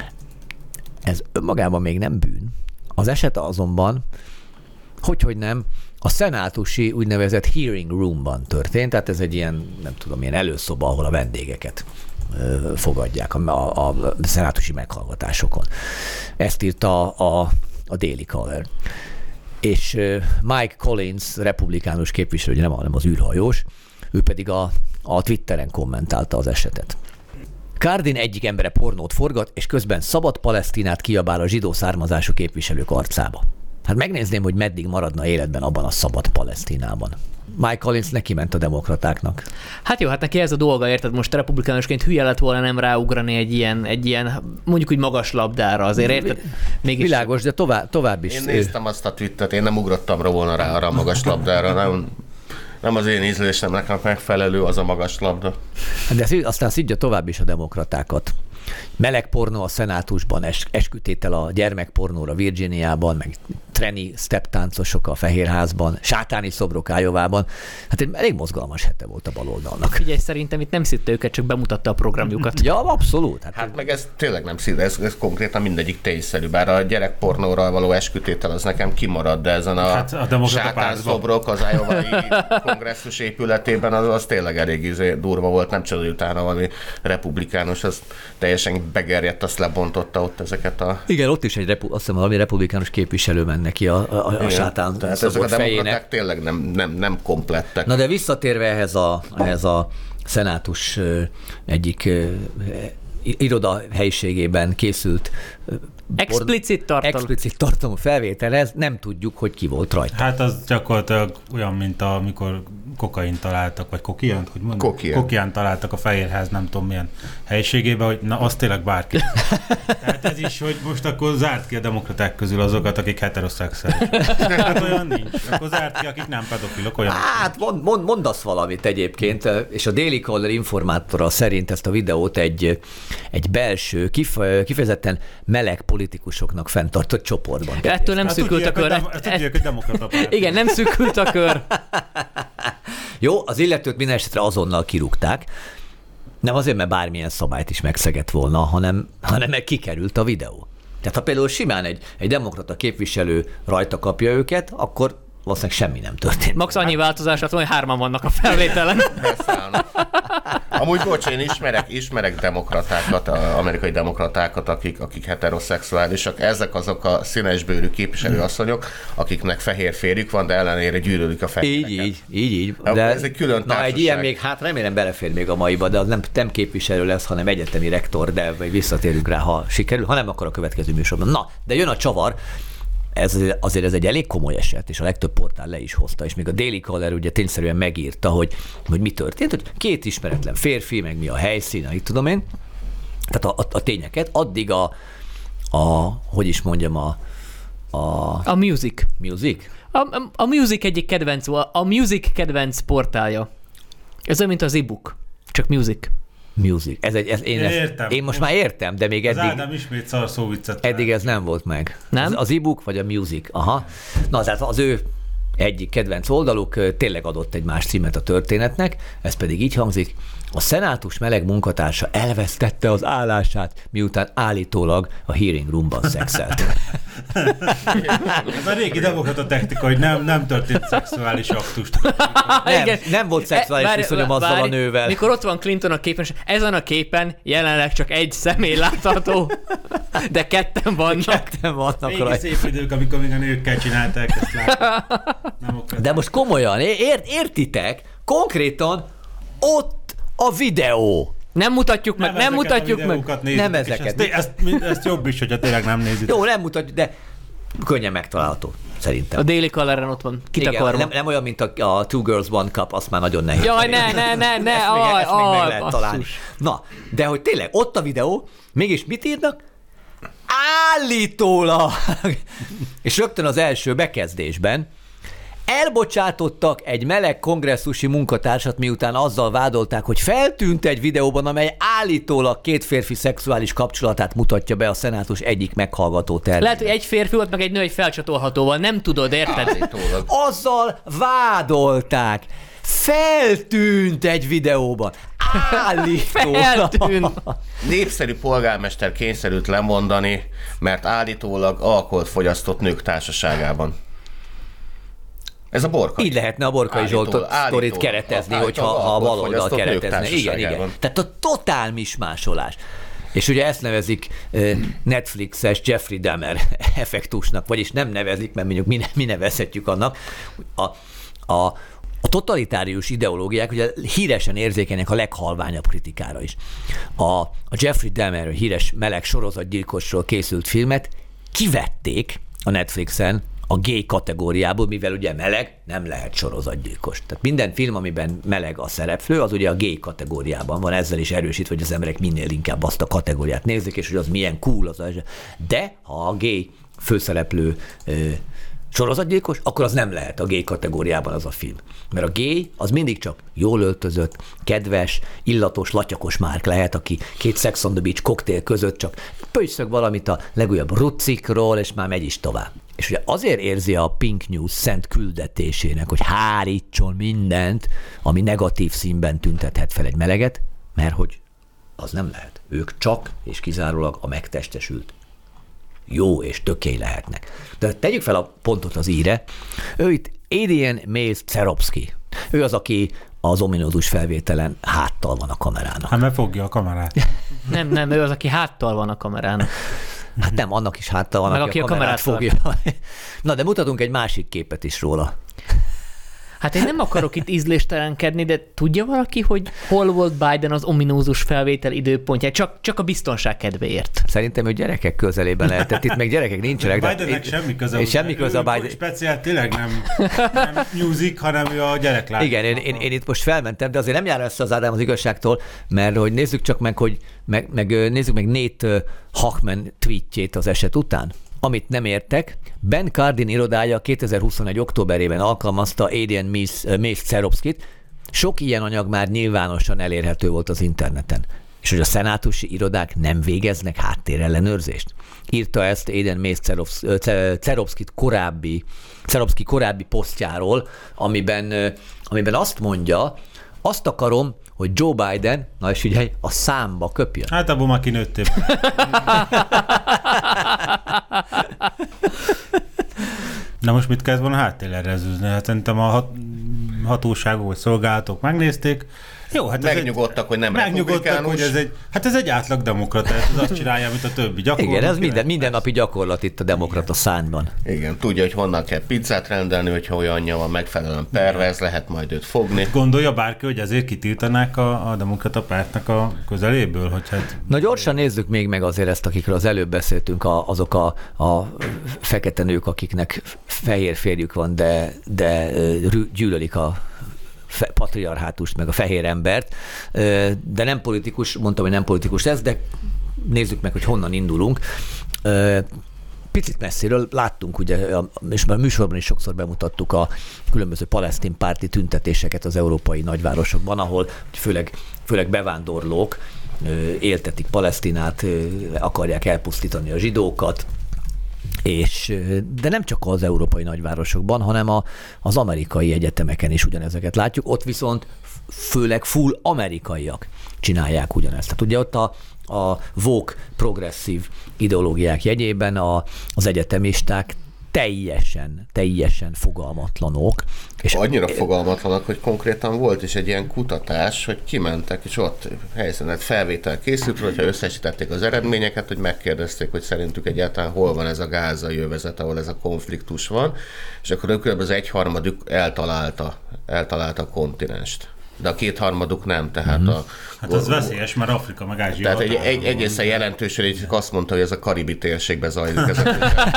Ez önmagában még nem bűn. Az eset azonban, hogyhogy nem, a szenátusi úgynevezett hearing roomban történt, tehát ez egy ilyen, nem tudom, ilyen előszoba, ahol a vendégeket ö, fogadják a, a, a szenátusi meghallgatásokon. Ezt írta a, a, a Daily Caller. És ö, Mike Collins, republikánus képviselő, nem, nem az űrhajós, ő pedig a, a Twitteren kommentálta az esetet. Cardin egyik embere pornót forgat, és közben szabad Palesztinát kiabál a zsidó származású képviselők arcába. Hát megnézném, hogy meddig maradna életben abban a szabad Palesztinában. Mike Collins neki ment a demokratáknak. Hát jó, hát neki ez a dolga, érted? Most republikánusként hülye lett volna nem ráugrani egy ilyen, egy ilyen mondjuk úgy magas labdára, azért érted? Mégis... Világos, de tovább, tovább is. Én néztem azt a twittet, én nem ugrottam volna rá arra a magas labdára, nem... Nem az én ízlésemnek megfelelő az a magas labda. De aztán szidja tovább is a demokratákat. Meleg pornó a szenátusban, es- eskütétel a gyermekpornóra Virginiában, meg treni steptáncosok a Fehérházban, sátáni szobrok Ájovában. Hát egy elég mozgalmas hete volt a baloldalnak. Figyelj, szerintem itt nem szitta őket, csak bemutatta a programjukat. Ja, abszolút. Hát, hát meg ez tényleg nem szív, ez, ez konkrétan mindegyik tényszerű, bár a gyerekpornóra való eskütétel az nekem kimarad, de ezen a, hát a sátánszobrok az ájovai kongresszus épületében az, az tényleg elég izé, durva volt, nem csoda, utána valami republikánus, az teljesen begerjedt, azt lebontotta ott ezeket a... Igen, ott is egy repu- azt hiszem, valami republikánus képviselő ment neki a, a, a sátán tehát ezek a demokraták tényleg nem, nem, nem komplettek. Na de visszatérve ehhez a, ehhez a szenátus egyik iroda helyiségében készült explicit tartalom. Explicit tartalom felvételez, nem tudjuk, hogy ki volt rajta. Hát az gyakorlatilag olyan, mint amikor kokain találtak, vagy kokiánt, hogy mondjuk? Kokiánt. Kokiánt találtak a Fehérház nem tudom milyen helyiségében, hogy na, az tényleg bárki. Tehát ez is, hogy most akkor zárt ki a demokraták közül azokat, akik heteroszexuálisok. Hát olyan nincs. Akkor zárt ki, akik nem pedofilok, olyan. Hát mond, mond, mondasz valamit egyébként, és a Daily Caller informátora szerint ezt a videót egy, egy belső, kif, kifejezetten meleg politikusoknak fenntartott csoportban. Ja, ettől nem hát szűkült a kör. Igen, nem szűkült a kör. Jó, az illetőt minden esetre azonnal kirúgták. Nem azért, mert bármilyen szabályt is megszegett volna, hanem, hanem meg kikerült a videó. Tehát ha például simán egy, egy demokrata képviselő rajta kapja őket, akkor valószínűleg semmi nem történt. Max annyi változás, hogy hárman vannak a felvételen. Amúgy bocs, én ismerek, ismerek demokratákat, amerikai demokratákat, akik, akik heteroszexuálisak. Ezek azok a színesbőrű képviselőasszonyok, akiknek fehér férjük van, de ellenére gyűlölik a fehéreket. Így, így, így. így. De ez egy külön társaság. Na, egy ilyen még, hát remélem belefér még a maiba, de az nem, nem képviselő lesz, hanem egyetemi rektor, de visszatérünk rá, ha sikerül, ha nem, akkor a következő műsorban. Na, de jön a csavar. Ez azért ez egy elég komoly eset, és a legtöbb portál le is hozta, és még a Daily Caller ugye tényszerűen megírta, hogy, hogy mi történt, hogy két ismeretlen férfi, meg mi a helyszín, itt tudom én, tehát a, a, a tényeket, addig a, a, hogy is mondjam, a... A, a Music. Music? A, a, a Music egyik kedvenc, a Music kedvenc portálja. Ez olyan, mint az e-book, csak Music. Music. Ez egy, ez, én, ezt, értem. én most már értem, de még eddig... Az Ádám ismét szar szóviccet. Eddig ez nem volt meg. Nem? Az, az e-book vagy a Music. Aha. Na, tehát az ő egyik kedvenc oldaluk tényleg adott egy más címet a történetnek, ez pedig így hangzik: A szenátus meleg munkatársa elvesztette az állását, miután állítólag a hearing roomban szexelt. Ez a régi demokrata technika, hogy nem, nem történt szexuális aktust. Nem, nem volt szexuális viszonyom azzal a nővel. Mikor ott van Clinton a képen, ezen a képen jelenleg csak egy személy látható, de ketten vannak. Ketten vannak Régi rajta. szép idők, amikor még a nőkkel csinálták ezt látni. De most komolyan, ért, értitek? Konkrétan ott a videó. Nem mutatjuk meg, nem, nem mutatjuk meg. Nézzük, nem ezeket. Ezt, ezt, ezt jobb is, hogyha tényleg nem nézik. Jó, nem mutatjuk, de könnyen megtalálható, szerintem. A déli kaleren ott van, kitakarva. Igen, nem, nem olyan, mint a, a Two Girls One Cup, azt már nagyon nehéz. Jaj, ne, ne, ne, ne, ezt még, aj, ezt még meg aj, lehet találni. Na, de hogy tényleg ott a videó, mégis mit írnak? Állítólag! És rögtön az első bekezdésben elbocsátottak egy meleg kongresszusi munkatársat, miután azzal vádolták, hogy feltűnt egy videóban, amely állítólag két férfi szexuális kapcsolatát mutatja be a szenátus egyik meghallgató tervében. Lehet, hogy egy férfi volt, meg egy nő egy felcsatolhatóval, nem tudod, érted? Állítólag. Azzal vádolták. Feltűnt egy videóban. Állítólag. Feltűnt. Népszerű polgármester kényszerült lemondani, mert állítólag alkoholt fogyasztott nők társaságában. Ez a Borkai. Így lehetne a Borkai Zsolt sztorit keretezni, hogyha ha a baloldal keretezne. Igen, igen. Tehát a totál mismásolás. És ugye ezt nevezik Netflixes Jeffrey Dahmer effektusnak, vagyis nem nevezik, mert mondjuk mi, mi nevezhetjük annak. A, a, a totalitárius ideológiák ugye híresen érzékenyek a leghalványabb kritikára is. A, a Jeffrey Dahmer, a híres meleg sorozatgyilkosról készült filmet kivették a Netflixen a gay kategóriából, mivel ugye meleg nem lehet sorozatgyilkos. Tehát minden film, amiben meleg a szereplő, az ugye a gay kategóriában van, ezzel is erősítve, hogy az emberek minél inkább azt a kategóriát nézik, és hogy az milyen cool az. De ha a gay főszereplő ö, sorozatgyilkos, akkor az nem lehet a gay kategóriában az a film. Mert a gay az mindig csak jól öltözött, kedves, illatos, latyakos márk lehet, aki két Sex on the Beach koktél között csak pölyszög valamit a legújabb ruccikról, és már megy is tovább. És ugye azért érzi a Pink News szent küldetésének, hogy hárítson mindent, ami negatív színben tüntethet fel egy meleget, mert hogy az nem lehet. Ők csak és kizárólag a megtestesült jó és tökély lehetnek. De tegyük fel a pontot az íre. Ő itt Adrian Mays Ceropsky. Ő az, aki az ominózus felvételen háttal van a kamerának. Hát mert fogja a kamerát. Nem, nem, ő az, aki háttal van a kamerának. Hát nem, annak is háttal van, meg aki, aki a kamerát, kamerát fogja. Na, de mutatunk egy másik képet is róla. Hát én nem akarok itt ízléstelenkedni, de tudja valaki, hogy hol volt Biden az ominózus felvétel időpontját? Csak, csak a biztonság kedvéért. Szerintem ő gyerekek közelében lehetett. Itt még gyerekek nincsenek. Bidennek de semmi köze. Semmi köze a Biden. Speciál tényleg nem, nem music, hanem ő a gyereklát. Igen, én, én, én, itt most felmentem, de azért nem jár össze az Ádám az igazságtól, mert hogy nézzük csak meg, hogy meg, meg nézzük meg Nate Hachman tweetjét az eset után. Amit nem értek, Ben Cardin irodája kétezer-huszonegy októberében alkalmazta Adrian Mays Ceropskit. Sok ilyen anyag már nyilvánosan elérhető volt az interneten. És hogy a szenátusi irodák nem végeznek háttérellenőrzést. Írta ezt Adrian Mays Ceropskit korábbi, Ceropsky korábbi posztjáról, amiben, amiben azt mondja, azt akarom, hogy Joe Biden, na és ugye a számba köpjön. Hát abban már kinőttél. Na most mit kezd volna háttérrezőzni? Hát szerintem a hat, hatóságok vagy szolgálatok megnézték. Jó, hát megnyugodtak, egy, hogy nem megnyugodtak, hogy ez egy, hát ez egy átlag demokrata, ez azt csinálja, mint a többi gyakorlat. Igen, ez minden, mindennapi gyakorlat itt a demokrata szányban. Igen, tudja, hogy honnan kell pizzát rendelni, hogyha olyanja van, megfelelően pervez, lehet majd őt fogni. Gondolja bárki, hogy ezért kitiltanák a, a demokrata pártnak a közeléből? Hogy hát... Na gyorsan nézzük még meg azért ezt, akikről az előbb beszéltünk, a, azok a, a fekete nők, akiknek fehér férjük van, de, de gyűlölik a patriarhátust, meg a fehér embert, de nem politikus, mondtam, hogy nem politikus ez, de nézzük meg, hogy honnan indulunk. Picit messziről láttunk, ugye, és már a műsorban is sokszor bemutattuk a különböző palesztin párti tüntetéseket az európai nagyvárosokban, ahol főleg, főleg bevándorlók éltetik Palesztinát, akarják elpusztítani a zsidókat, És, de nem csak az európai nagyvárosokban, hanem a, az amerikai egyetemeken is ugyanezeket látjuk. Ott viszont főleg full amerikaiak csinálják ugyanezt. Tehát ugye ott a, a woke progresszív ideológiák jegyében a, az egyetemisták teljesen, teljesen fogalmatlanok. És annyira fogalmatlanok, hogy konkrétan volt is egy ilyen kutatás, hogy kimentek, és ott helyszínen felvétel készült, hogyha összesítették az eredményeket, hogy megkérdezték, hogy szerintük egyáltalán hol van ez a gázai övezet, ahol ez a konfliktus van, és akkor kb. Az egyharmaduk eltalálta, eltalálta a kontinenst. De a kétharmaduk nem, tehát mm. a... Hát az veszélyes, mert Afrika meg Ázsia. Tehát egy, egy, egészen jelentős, hogy azt mondta, hogy ez a karibi térségben zajlik. Ez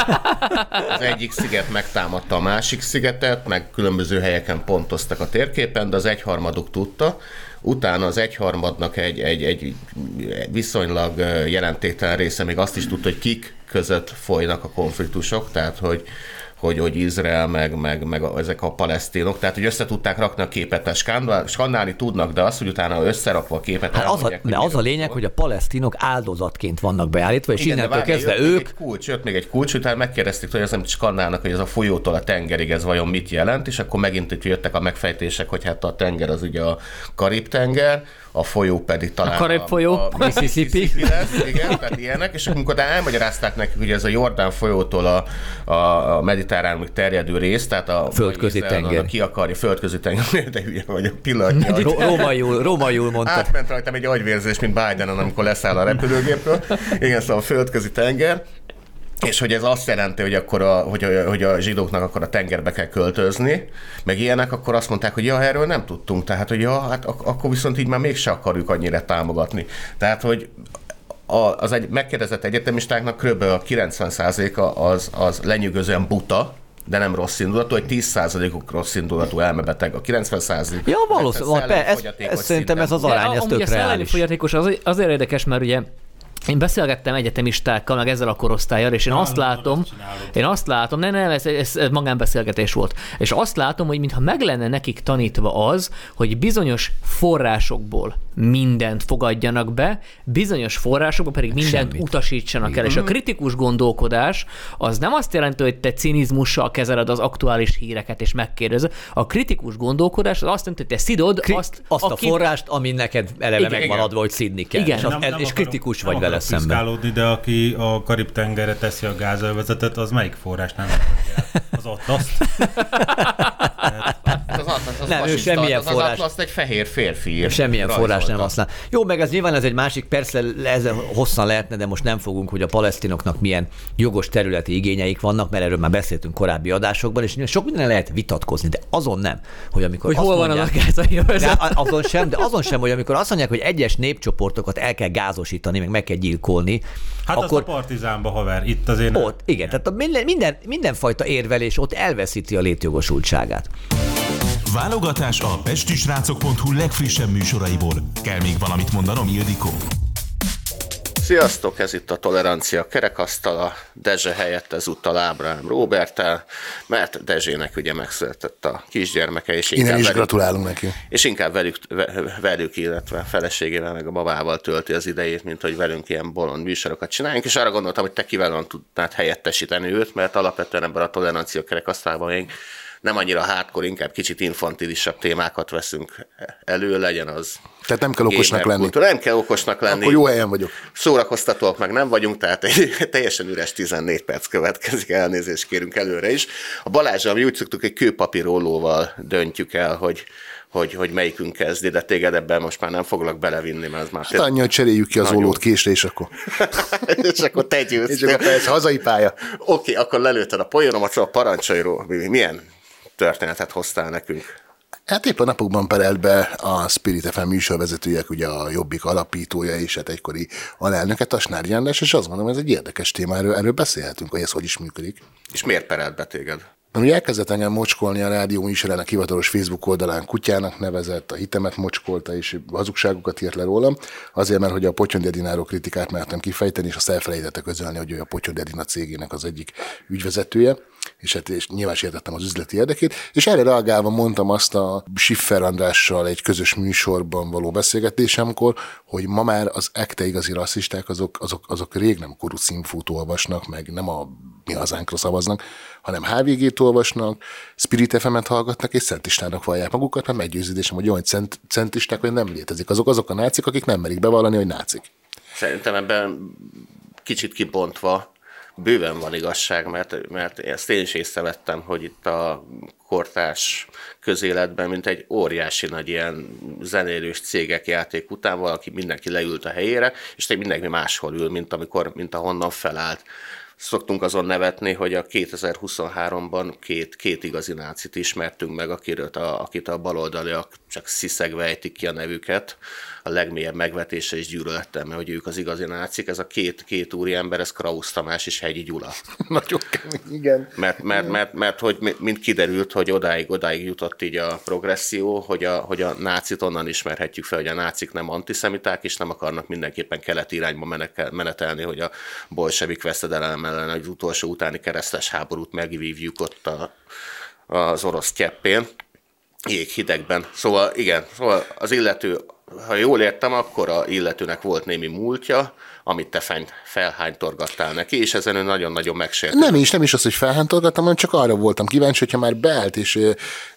az egyik sziget megtámadta a másik szigetet, meg különböző helyeken pontoztak a térképen, de az egyharmaduk tudta. Utána az egyharmadnak egy, egy, egy viszonylag jelentéktelen része még azt is tudta, hogy kik között folynak a konfliktusok, tehát hogy hogy, hogy Izrael, meg, meg, meg ezek a palesztinok, tehát hogy össze tudták rakni a képet, tehát skannálni tudnak, de az, hogy utána összerakva a képet... Hát az, a, de az a lényeg, hogy a palesztinok áldozatként vannak beállítva, és innentől kezdve ők... Egy kulcs, jött még egy kulcs, utána megkérdezték, hogy az, amit skannálnak, hogy ez a folyótól a tengerig, ez vajon mit jelent, és akkor megint itt jöttek a megfejtések, hogy hát a tenger az ugye a Karib-tenger, a folyó pedig talán a Karib folyó, a, a Mississippi lesz, igen, tehát ilyenek, és amikor elmagyarázták nekik, hogy ez a Jordán folyótól a, a, a mediterránumig terjedő rész, tehát a földközi tenger. Ki akarja, földközi tenger, de hülye vagy a pillanatnyi. Rómaiul, rómaiul mondta. Átment rajtam egy agyvérzés, mint Bidenen, amikor leszáll a repülőgépről. Igen, szóval a földközi tenger. És hogy ez azt jelenti, hogy, akkor a, hogy, a, hogy a zsidóknak akkor a tengerbe kell költözni, meg ilyenek, akkor azt mondták, hogy ja, erről nem tudtunk, tehát hogy ja, hát ak- akkor viszont így már mégse akarjuk annyira támogatni. Tehát, hogy a, az egy megkérdezett egyetemistáknak kb. A kilencven százaléka az, az lenyűgözően buta, de nem rossz indulatú, hogy tíz százalékuk rossz indulatú elmebeteg, a kilencven százalék. Ja, valószínűleg, ez, ez szerintem ez az arány, ez tök reális. Fogyatékos az, azért érdekes, mert ugye én beszélgettem egyetemistákkal, meg ezzel a korosztállyal, és én azt látom, én azt látom, nem, nem, ez, ez, ez magánbeszélgetés volt, és azt látom, hogy mintha meg lenne nekik tanítva az, hogy bizonyos forrásokból mindent fogadjanak be, bizonyos forrásokból pedig mindent Semmit. utasítsanak el. És a kritikus gondolkodás az nem azt jelenti, hogy te cinizmussal kezeled az aktuális híreket és megkérdezed. A kritikus gondolkodás az azt jelenti, hogy te szidod Kri- azt, azt aki... a forrást, ami neked eleve igen, megvan adva, hogy szidni kell. Igen. És, az, nem, nem és kritikus akarom, vagy vele szemben. De aki a Karib-tengerre teszi a gázövezetet, az melyik forrás nem az Atlaszt? Az Atlasz, az nem, ő semmilyen az forrás. Az Atlaszt egy fehér férfi. Semmilyen forrás nem használ. Jó, meg ez nyilván ez egy másik, persze ezzel hosszan lehetne, de most nem fogunk, hogy a palesztinoknak milyen jogos területi igényeik vannak, mert erről már beszéltünk korábbi adásokban, és sok minden lehet vitatkozni, de azon nem, hogy amikor hogy hol van mondják, a gázai övezet. Azon sem, de azon sem, hogy amikor azt mondják, hogy egyes népcsoportokat el kell gázosítani, meg meg kell gyilkolni. Hát akkor... az a Partizánba, haver, itt azért nem. Ott, igen, tehát minden, minden, mindenfajta érvelés ott elveszíti a létjogosultságát. Válogatás a pestisrácok pont hu legfrissebb műsoraiból. Kell még valamit mondanom, Ildikó? Sziasztok, ez itt a Tolerancia kerekasztala, Dezse helyett ezúttal Ábrahám Róberttel, mert Dezsének ugye megszületett a kisgyermeke, és inkább is velük, gratulálunk neki. És inkább velük, velük, illetve feleségével, meg a babával tölti az idejét, mint hogy velünk ilyen bolond műsorokat csináljunk, és arra gondoltam, hogy te kiválóan tudnád helyettesíteni őt, mert alapvetően ebben a Tolerancia kerekasztalban még nem annyira hardcore, inkább kicsit infantilisabb témákat veszünk elő, legyen az... Tehát nem kell okosnak lenni. Kultúra. Nem kell okosnak lenni. Akkor jó helyen vagyok. Szórakoztatóak meg nem vagyunk, tehát egy teljesen üres tizennégy perc következik, elnézést kérünk előre is. A Balázsral mi úgy szoktuk, egy kőpapírollóval döntjük el, hogy hogy, hogy melyikünk kezdi, de téged ebben most már nem foglak belevinni, mert az már... Hát annyi, hogy cseréljük ki az nagyon... ollót késre, és akkor... és akkor te győztél. És akkor persze, hazai pálya. Oké, okay, akkor lelőtted a poénomat, szóval parancsolj, milyen történetet hoztál nekünk? Hát épp a napokban perelt be a Spirit ef em műsorvezetője, ugye a Jobbik alapítója és hát egykori alelnöke, Tasnár János, és azt mondom, ez egy érdekes téma, erről, erről beszélhetünk, hogy ez hogy is működik. És miért perelt be téged? Mert ugye elkezdett engem mocskolni a rádió műsorának hivatalos Facebook oldalán, kutyának nevezett, a hitemet mocskolta és hazugságokat írt le rólam, azért, mert hogy a Potyondy Edináró kritikát mertem kifejteni, és azt elfelejtette közölni, hogy ő a Potyondy Edina cégének az egyik ügyvezetője. és hát és nyilván sértettem az üzleti érdekét, és erre reagálva mondtam azt a Schiffer Andrással egy közös műsorban való beszélgetésemkor, hogy ma már az ekte igazi rasszisták azok, azok, azok rég nem Kurucinfót olvasnak, meg nem a Mi Hazánkra szavaznak, hanem há vé gét olvasnak, Spirit ef emet hallgatnak, és centistának vallják magukat, mert meggyőződésem, hogy olyan cent, centisták, hogy nem létezik. Azok azok a nácik, akik nem merik bevallani, hogy nácik. Szerintem ebben kicsit kibontva bőven van igazság, mert, mert ezt én is észrevettem, hogy itt a kortárs közéletben, mint egy óriási nagy ilyen zenélős cégek játék után valaki, mindenki leült a helyére, és te mindenki máshol ül, mint amikor, mint ahonnan felállt. Szoktunk azon nevetni, hogy a kétezer-huszonháromban két, két igazi nácit ismertünk meg, akiről a, akit a baloldaliak csak sziszegve ejtik ki a nevüket, a legmélyebb megvetése és gyűlölettel, mert hogy ők az igazi nácik. Ez a két, két úriember, ez Krausz Tamás és Hegyi Gyula. Nagyon kemény, igen. Mert, mert, mert, mert hogy mind kiderült, hogy odáig, odáig jutott így a progresszió, hogy a, hogy a nácit onnan ismerhetjük fel, hogy a nácik nem antiszemiták, és nem akarnak mindenképpen keleti irányba menetelni, hogy a bolsevik veszedelem ellen az utolsó utáni keresztes háborút megvívjuk ott a, az orosz cseppén, jéghidegben. Szóval igen, szóval az illető, ha jól értem, akkor a illetőnek volt némi múltja, amit te felhánytorgattál neki, és ezen ő nagyon-nagyon megsértett. Nem is, nem is az, hogy felhánytorgattam, hanem csak arra voltam kíváncsi, hogyha már beállt és ö,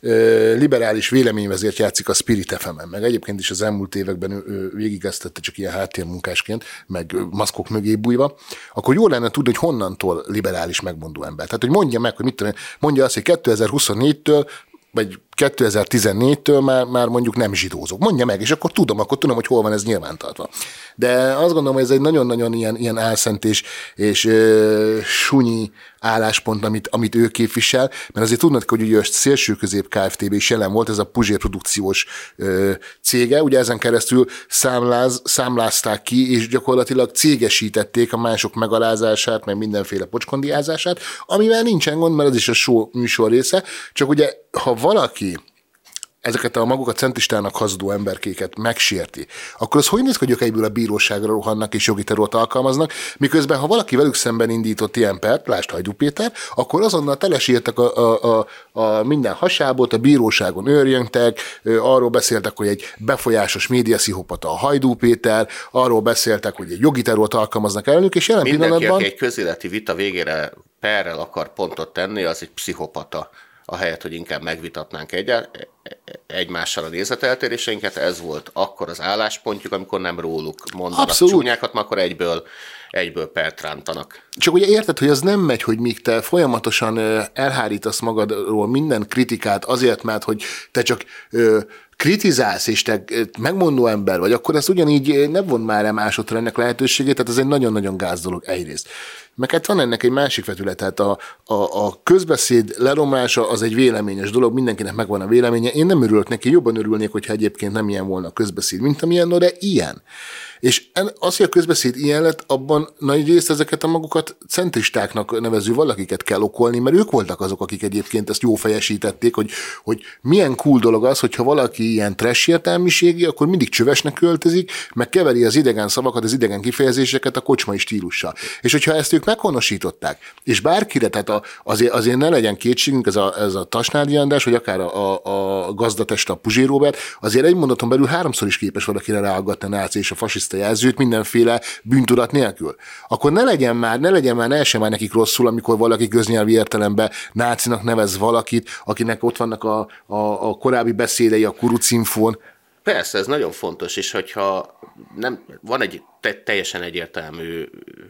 ö, liberális véleményvezért játszik a Spirit ef emen, meg egyébként is az elmúlt években ő, ő végigeztette csak ilyen háttérmunkásként, meg maszkok mögé bújva, akkor jó lenne tudni, hogy honnantól liberális megmondó ember. Tehát, hogy mondja meg, hogy mit tudom, mondja azt, hogy kétezer-huszonnégytől vagy kétezer-tizennégytől már, már mondjuk nem zsidózok. Mondja meg, és akkor tudom, akkor tudom, hogy hol van ez nyilvántartva. De azt gondolom, hogy ez egy nagyon-nagyon ilyen, ilyen álszent és, és ö, sunyi álláspont, amit, amit ő képvisel, mert azért tudnak, hogy ugye a Szélső Közép Kft-ben is jelen volt, ez a Puzsér produkciós ö, cége, ugye ezen keresztül számláz, számlázták ki, és gyakorlatilag cégesítették a mások megalázását, meg mindenféle pocskondiázását, amivel nincsen gond, mert ez is a show műsor része, csak ugye, ha valaki ezeket a magukat centistának hazudó emberkéket megsérti, akkor az hogy néz ki, hogy ők egyből a bíróságra rohannak és jogi terület alkalmaznak, miközben ha valaki velük szemben indított ilyen pert, lásd Hajdú Péter, akkor azonnal telesírtak a, a, a, a minden hasábot, a bíróságon őrjöngtek, arról beszéltek, hogy egy befolyásos médiaszihopata a Hajdú Péter, arról beszéltek, hogy egy jogi terület alkalmaznak ellenük, és jelen Mindenki, pillanatban... aki egy közéleti vita végére perrel akar pontot tenni, az egy pszichopata. Ahelyett, hogy inkább megvitatnánk egy, egymással a nézeteltéréseinket, ez volt akkor az álláspontjuk, amikor nem róluk mondanak Abszolút. Csúnyákat, már akkor egyből, egyből pert rántanak. Csak ugye érted, hogy az nem megy, hogy míg te folyamatosan elhárítasz magadról minden kritikát azért, mert hogy te csak ö, kritizálsz, és te megmondó ember vagy, akkor ezt ugyanígy ne von már el másodra ennek lehetőségét, tehát ez egy nagyon-nagyon gáz dolog egyrészt. Meg hát van ennek egy másik vetület, tehát a, a, a közbeszéd leromlása az egy véleményes dolog, mindenkinek megvan a véleménye. Én nem örülök neki, jobban örülnék, hogyha egyébként nem ilyen volna a közbeszéd, mint amilyen, no, de ilyen. És az, hogy a közbeszéd ilyen lett, abban nagy részt ezeket a magukat centristáknak nevező valakiket kell okolni, mert ők voltak azok, akik egyébként ezt jófejesítették, hogy, hogy milyen cool dolog az, hogyha valaki ilyen trash értelmiségi, akkor mindig csövesnek költözik, meg keveri az idegen szavakat, az idegen kifejezéseket a kocsmai stílussal. És hogyha ezt ők meghonosították, és bárkire, tehát a, azért, azért ne legyen kétségünk, ez a, ez a Tasnádi András, vagy akár a, a, a gazdatest, a Puzsér Róbert, azért egy mondaton belül háromszor is képes valakire ráaggatni a náci és a fasiszta jelzőt mindenféle bűntudat nélkül. Akkor ne legyen már, ne legyen már, ne essen már nekik rosszul, amikor valaki köznyelvi értelemben nácinak nevez valakit, akinek ott vannak a, a, a korábbi beszédei a kurucinfón. Persze, ez nagyon fontos, és hogyha nem, van egy te, teljesen egyértelmű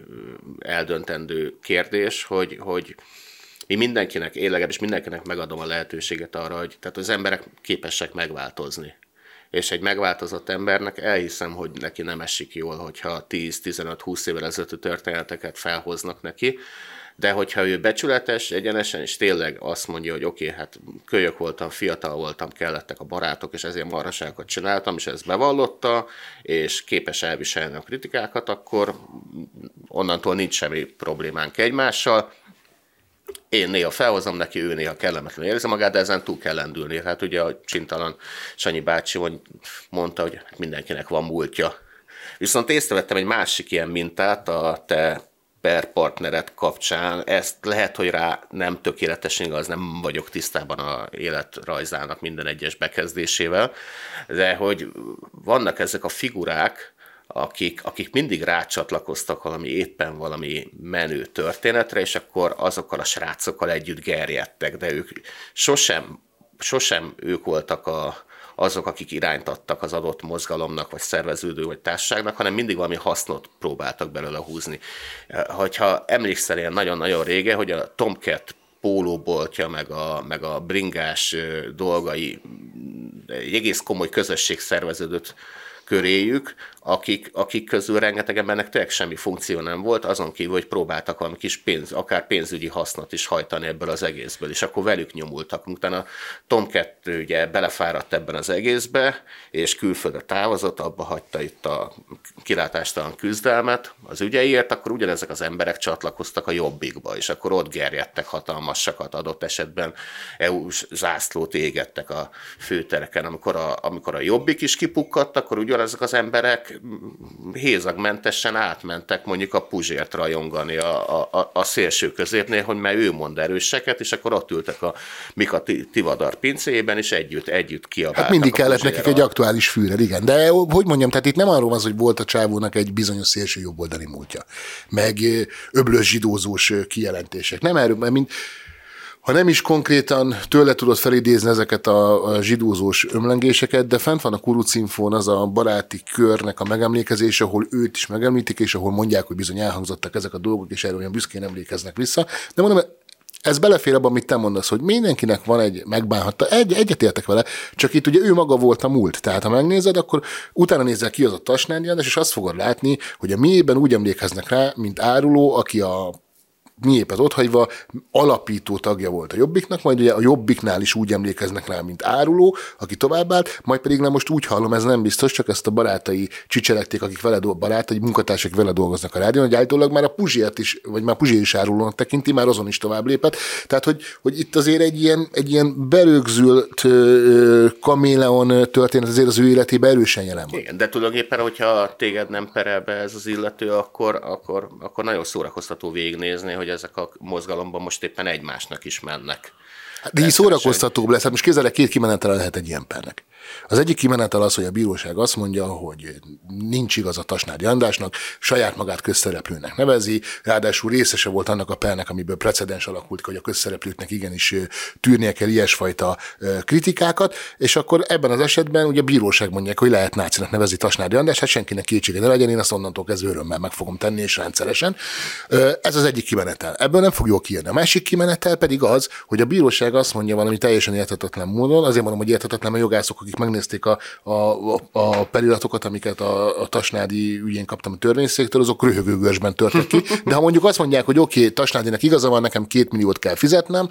eldöntendő kérdés, hogy, hogy mi mindenkinek, én legalábbis mindenkinek megadom a lehetőséget arra, hogy tehát az emberek képesek megváltozni. És egy megváltozott embernek elhiszem, hogy neki nem esik jól, hogyha tíz-tizenöt-húsz évvel ezelőtti történeteket felhoznak neki, de hogyha ő becsületes, egyenesen, és tényleg azt mondja, hogy oké, okay, hát kölyök voltam, fiatal voltam, kellettek a barátok, és ezért marhaságokat csináltam, és ezt bevallotta, és képes elviselni a kritikákat, akkor onnantól nincs semmi problémánk egymással. Én néha felhozom neki, ő néha kellemetlen érzi magát, de ezen túl kell lendülni. Hát ugye a Csintalan Sanyi bácsi mondta, hogy mindenkinek van múltja. Viszont észrevettem egy másik ilyen mintát a te per partneret kapcsán, ezt lehet, hogy rá nem tökéletesen igaz, nem vagyok tisztában a életrajzának minden egyes bekezdésével, de hogy vannak ezek a figurák, akik, akik mindig rácsatlakoztak valami éppen valami menő történetre, és akkor azokkal a srácokkal együtt gerjedtek, de ők sosem, sosem ők voltak a azok, akik irányt adtak az adott mozgalomnak, vagy szerveződő, vagy társaságnak, hanem mindig valami hasznot próbáltak belőle húzni. Hogyha emlékszel ilyen nagyon-nagyon régen, hogy a Tomcat pólóboltja, meg a, meg a bringás dolgai, egy egész komoly közösség szerveződött köréjük, akik, akik közül rengeteg embernek tényleg semmi funkció nem volt, azon kívül, hogy próbáltak valami kis pénz, akár pénzügyi hasznot is hajtani ebből az egészből, és akkor velük nyomultak. Utána Tomcat ugye belefáradt ebben az egészbe, és külföldre távozott, abba hagyta itt a kilátástalan küzdelmet az ügyeiért, akkor ugyanezek az emberek csatlakoztak a Jobbikba, és akkor ott gerjedtek hatalmasakat, adott esetben é u-s zászlót égettek a főtereken. Amikor a, amikor a Jobbik is kipukkadt, akkor ugyanezek az emberek hézagmentesen átmentek mondjuk a Puzsért rajongani a, a, a szélső középnél, hogy mert ő mond erőseket, és akkor ott ültek a Mika Tivadar pincéjében, és együtt, együtt kiabáltak. Hát mindig kellett nekik egy aktuális fűrer, igen. De hogy mondjam, tehát itt nem arról van, hogy volt a csávónak egy bizonyos szélső jobboldali múltja, meg öblös zsidózós kijelentések. Nem erről, mert mind ha nem is konkrétan tőle tudod felidézni ezeket a, a zsidózós ömlengéseket, de fent van a kurucinfón az a baráti körnek a megemlékezése, ahol őt is megemlítik, és ahol mondják, hogy bizony elhangzottak ezek a dolgok, és erről olyan büszkén emlékeznek vissza. De mondom, ez belefér abban, amit te mondasz, hogy mindenkinek van egy megbánhatta, egy, egyetértek vele, csak itt ugye ő maga volt a múlt. Tehát ha megnézed, akkor utána nézel ki az a Tasnádi András, és azt fogod látni, hogy a mélyében úgy emlékeznek rá, mint áruló, aki a miépp az otthagyva alapító tagja volt a Jobbiknak, majd ugye a Jobbiknál is úgy emlékeznek rá, mint áruló, aki továbbált, majd pedig nem most úgy hallom, ez nem biztos, csak ezt a barátai csicseregték, akik vele dolgoznak, barátai, munkatársak vele dolgoznak a rádión, hogy állítólag már a Puzsért is, vagy már Puzsér is árulónak tekinti, már azon is tovább lépett. Tehát, hogy, hogy itt azért egy ilyen, egy ilyen berögzült kaméleon történet azért az ő életében erősen jelen van. Igen, de tulajdonképpen, hogyha téged nem perel be ez az illető, akkor, akkor, akkor nagyon szórakoztató végignézni, hogy ezek a mozgalomban most éppen egymásnak is mennek. Hát, de így szórakoztatóbb lesz. Hát most képzeld, két kimenetele lehet egy ilyen pernek. Az egyik kimenetel az, hogy a bíróság azt mondja, hogy nincs igaz a Tasnádi Andrásnak, saját magát közszereplőnek nevezi, ráadásul részese volt annak a pernek, amiből precedens alakult ki, hogy a közszereplőknek igenis tűrnie kell ilyesfajta kritikákat, és akkor ebben az esetben ugye a bíróság mondják, hogy lehet nácinak nevezi Tasnádi András, hát senkinek kétsége ne legyen, én azt onnantól kezdve örömmel meg fogom tenni, és rendszeresen. Ez az egyik kimenetel. Ebből nem fog jól kijönni. A másik kimenetel pedig az, hogy a bíróság azt mondja valami teljesen érthetetlen módon, azért mondom, hogy érthetetlen a jogászok, akik megnézték a, a, a periratokat, amiket a, a Tasnádi ügyén kaptam a törvényszéktől, azok röhögőgörsben törtek ki. De ha mondjuk azt mondják, hogy oké, okay, Tasnádinak igaza van, nekem két milliót kell fizetnem,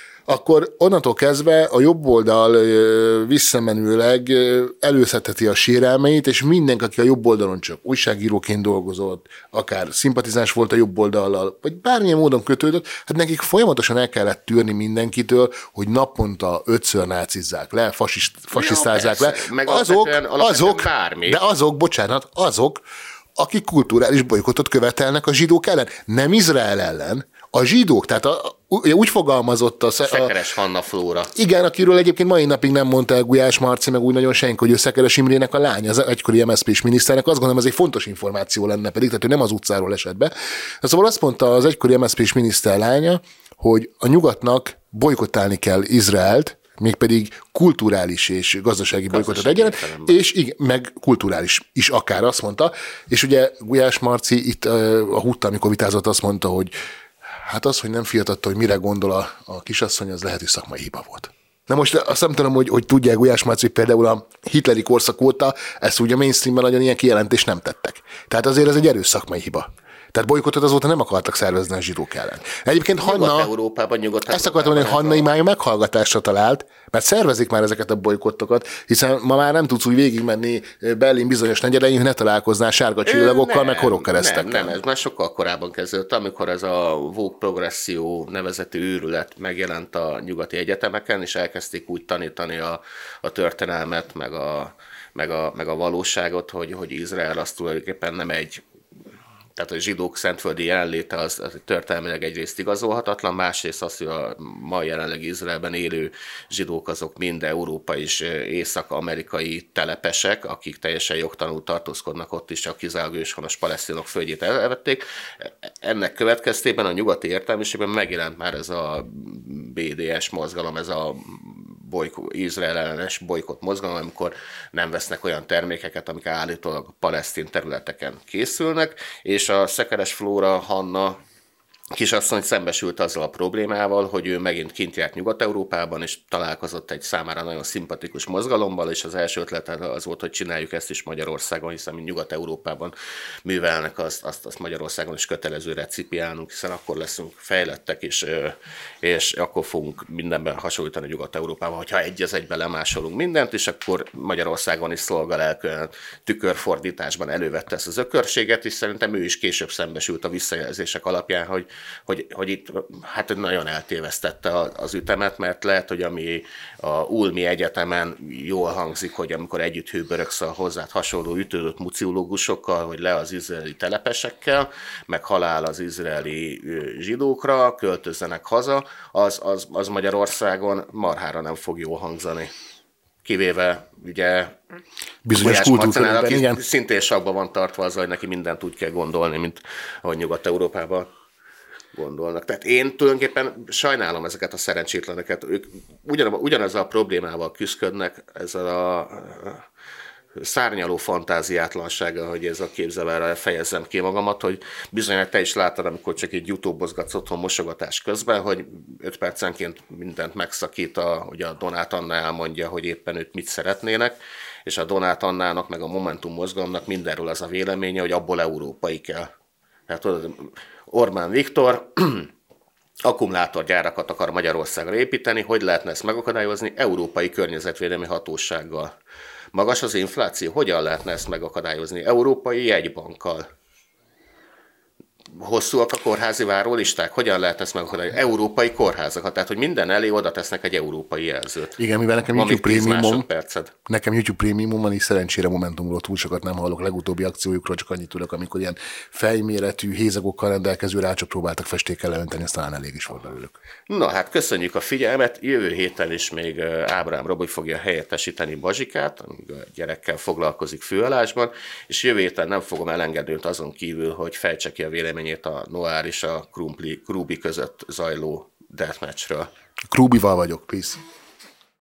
akkor onnantól kezdve a jobb oldal visszamenőleg előszedheti a sérelmeit, és mindenki, aki a jobb oldalon csak újságíróként dolgozott, akár szimpatizáns volt a jobb oldallal, vagy bármilyen módon kötődött, hát nekik folyamatosan el kellett tűrni mindenkitől, hogy naponta ötször nácizzák le, fasist, fasisztázzák le. Azok, azok, de azok, bocsánat, azok, akik kulturális bolykottot követelnek a zsidók ellen. Nem Izrael ellen, a zsidók, tehát a, úgy fogalmazott a... Szekeres Hanna Flóra. Igen, akiről egyébként mai napig nem mondta el Gulyás Marci, meg úgy nagyon senki, hogy ő Szekeres Imrének a lánya, az egykori em es zé pés miniszternek. Azt gondolom, ez egy fontos információ lenne pedig, tehát ő nem az utcáról esett be. Szóval azt mondta az egykori em es zé pés miniszter lánya, hogy a nyugatnak bolykottálni kell Izraelt, mégpedig kulturális és gazdasági bolykottot egyaránt, és igen, meg kulturális is akár, azt mondta. És ugye Gulyás Marci itt a Hutta, amikor vitázott, azt mondta, hogy hát az, hogy nem fiatatta, hogy mire gondol a, a kisasszony, az lehet, hogy szakmai hiba volt. Na most azt nem tudom, hogy, hogy tudják Gulyás Marci, hogy például a hitleri korszak óta ezt ugye a mainstreamben nagyon ilyen kijelentést nem tettek. Tehát azért ez egy erős szakmai hiba. Tehát bolykottot azóta nem akartak szervezni a zsidók ellen. Egyébként Hanna, Nyugat-Európában, Nyugat-Európában. Ezt akartam mondani, hogy Hanna imája meghallgatásra talált, mert szervezik már ezeket a bolykottokat, hiszen ma már nem tudsz úgy végigmenni Berlin bizonyos negyedein, hogy ne találkoznál sárga csillagokkal, meg horogkeresztekkel. Nem, nem, ez már sokkal korábban kezdődött, amikor ez a Vogue progresszió nevezetű őrület megjelent a nyugati egyetemeken, és elkezdték úgy tanítani a, a történelmet, meg a, meg, a, meg a valóságot, hogy, hogy Izrael az tulajdonképpen nem egy Tehát a zsidók szentföldi jelenléte az, az történelmileg egyrészt igazolhatatlan, másrészt az, hogy a ma jelenleg Izraelben élő zsidók azok mind európai és észak-amerikai telepesek, akik teljesen jogtalanul tartózkodnak ott is, csak kizárólag őshonos palesztinok földjét elvették. Ennek következtében a nyugati értelmiségben megjelent már ez a bé dé es mozgalom, ez a bolykó, Izrael ellenes bolykott mozgalom, amikor nem vesznek olyan termékeket, amik állítólag palesztin területeken készülnek, és a Szekeres Flóra Hanna kisasszony szembesült azzal a problémával, hogy ő megint kint járt Nyugat-Európában, és találkozott egy számára nagyon szimpatikus mozgalommal, és az első ötlete az volt, hogy csináljuk ezt is Magyarországon, hiszen mi Nyugat-Európában művelnek, azt, azt, azt Magyarországon is kötelező recipiálnunk, hiszen akkor leszünk fejlettek, és, és akkor fogunk mindenben hasonlítani Nyugat-Európában. Hogyha egy az egybe lemásolunk mindent, és akkor Magyarországon is szolgalelkűen tükörfordításban elővette ezt az ökörséget, és szerintem ő is később szembesült a visszajelzések alapján, hogy Hogy, hogy itt hát nagyon eltévesztette az ütemet, mert lehet, hogy ami a Ulmi Egyetemen jól hangzik, hogy amikor együtt hőbörögsz a hozzád hasonló ütődött muciológusokkal, hogy le az izraeli telepesekkel, meg halál az izraeli zsidókra, költözzenek haza, az, az, az Magyarországon marhára nem fog jól hangzani. Kivéve ugye bizonyos kultúrkörökben, aki igen. Szintén sakban van tartva azzal, hogy neki mindent úgy kell gondolni, mint ahogy Nyugat-Európában gondolnak. Tehát én tulajdonképpen sajnálom ezeket a szerencsétleneket. Ők ugyan, ugyanaz a problémával küzdködnek, ezzel a szárnyaló fantáziátlansága, hogy ez a képzelőre fejezzem ki magamat, hogy bizony te is látod, amikor csak egy YouTube-ozgatsz otthon mosogatás közben, hogy öt percenként mindent megszakít, a, hogy a Donát Anna elmondja, hogy éppen őt mit szeretnének, és a Donát Annának meg a Momentum mozgalomnak mindenről az a véleménye, hogy abból európai kell. Tehát tudod, Orbán Viktor akkumulátorgyárakat akar Magyarországra építeni, hogy lehetne ezt megakadályozni? Európai környezetvédelmi hatósággal. Magas az infláció, hogyan lehetne ezt megakadályozni? Európai jegybankkal. Hosszúak a kórházi várólisták, hogyan lehet ezt megakadályozni? Európai kórházakat, tehát hogy minden elé oda tesznek egy európai jelzőt. Igen, mivel nekem YouTube Premium, nekem YouTube Premium van, és szerencsére Momentumról túl sokat nem hallok, legutóbbi akciójukról csak annyit tudok, amikor ilyen fejméretű hézagokkal rendelkező rácsot próbáltak festékkel leönteni, azt talán elég is volt belőlük. Na hát köszönjük a figyelmet, jövő héten is még Ábrám Robi fogja helyettesíteni Bazsikát, amíg a gyerekkel foglalkozik főállásban, és jövő héten nem fogom elengedni azon kívül, hogy fejtse ki a véleményét a Noir és a Krumpli, Krubi között zajló deathmatchről. Krubival vagyok, peace.